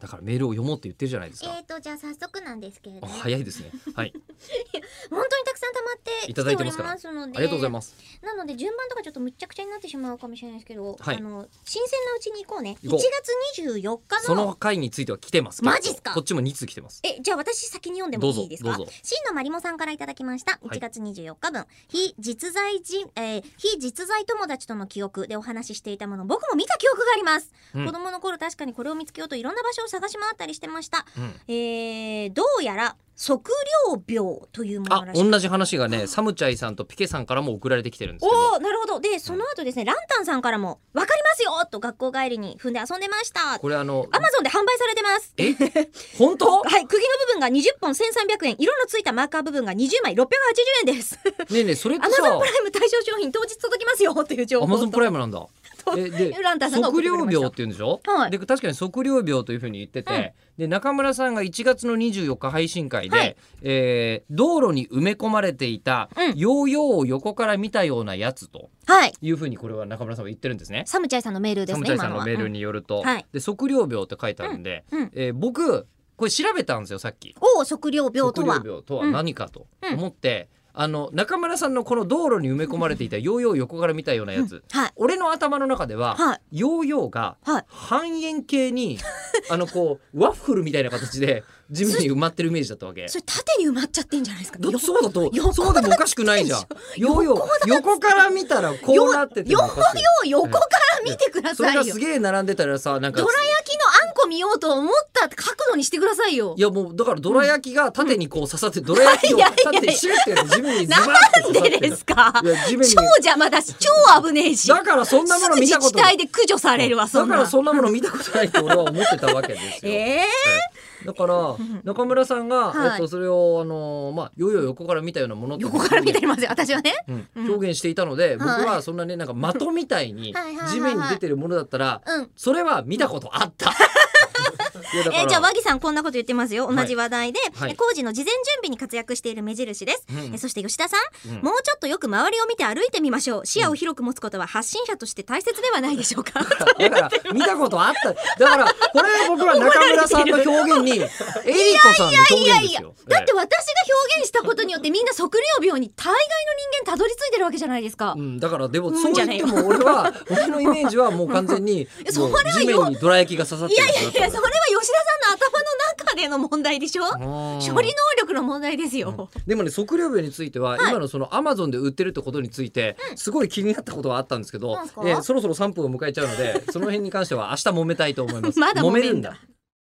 だからメールを読もうって言ってるじゃないですか。 じゃあ早速なんですけれども、 早いですね。はい。 本当にたくさん溜まっていただいてますから。 きておりますので、 ありがとうございます。 なので順番とかちょっとむっちゃくちゃになってしまうかもしれないですけど、 はい、 新鮮なうちに行こうね。1 行こう。 月24日のその回については来てます。 マジっすか。 こっちも2通来てます。 じゃあ私先に読んでもいいですか。 どうぞ。 真のまりもさんからいただきました。1月24日分、非実在友達との記憶でお話ししていたもの、僕も見た記憶があります、子供の頃確かにこれを見つけようといろんな場所を探し回ったりしてました、どうやら測量病というものらしい。 同じ話がね、サムチャイさんとピケさんからも送られてきてるんですけど。 なるほど。でその後ですね、ランタンさんからもわかりますよと学校帰りに踏んで遊んでました。これアマゾンで販売されてます。 本当？ はい、釘の部分が20本1300円、色のついたマーカー部分が20枚680円です。 ねえねえ、それってさ、 アマゾンプライム対象商品当日届きますよっていう情報。 アマゾンプライムなんだ。で測量病って言うんでしょ、で確かに測量病というふうに言ってて、で中村さんが1月の24日配信会で、道路に埋め込まれていたヨーヨーを横から見たようなやつというふうに、これは中村さんは言ってるんですね。 サムチャイさんのメールですね。 サムチャイさんのメールによると、で測量病って書いてあるんで、僕これ調べたんですよさっき。 測量病とは何かと思って、中村さんのこの道路に埋め込まれていたヨーヨーを横から見たようなやつ、俺の頭の中では、ヨーヨーが半円形にこうワッフルみたいな形で地面に埋まってるイメージだったわけ。 それ縦に埋まっちゃってんじゃないですか。 そうだとそうでもおかしくないじゃん。ヨーヨー横から見たらこうなっててヨーヨー横から見てくださいよ。 それがすげえ並んでたらさ、なんかどら焼きのあんこ見ようと思った角度にしてくださいよ。 いやもうだからどら焼きが縦にこう刺さって、どら焼きを縦にシュッてやって地面にズバッて刺さってる。 なんでですか。超邪魔だし超危ねえし。 だからそんなもの見たことない。 自治体で駆除されるわ。 だからそんなもの見たことないって俺は思ってたわけですよ。だから中村さんが、それをヨーヨー横から見たようなものって横から見てますよ私はね、 表現していたので、僕はそんなね、なんか的みたいに地面に出てるものだったら、それは見たことあった。 じゃあ和木さんこんなこと言ってますよ。同じ話題で、工事の事前準備に活躍している目印です、そして吉田さん、もうちょっとよく周りを見て歩いてみましょう。視野を広く持つことは発信者として大切ではないでしょうか。 だから見たことあった。だからこれ僕は中村さんの表現にエリコさんの表現ですよ。 だって私が表現したことによってみんな測量病に大概の人間たどり着いてるわけじゃないですか。 だからでもそう言っても俺のイメージはもう完全に地面にどら焼きが刺さってる。 いやそれは吉田さんの頭の中での問題でしょ。処理能力の問題ですよ、 でもね測量病については、今のそのアマゾンで売ってるってことについてすごい気になったことがあったんですけど、そろそろ3分を迎えちゃうのでその辺に関しては明日揉めたいと思います。 まだ揉めるんだ。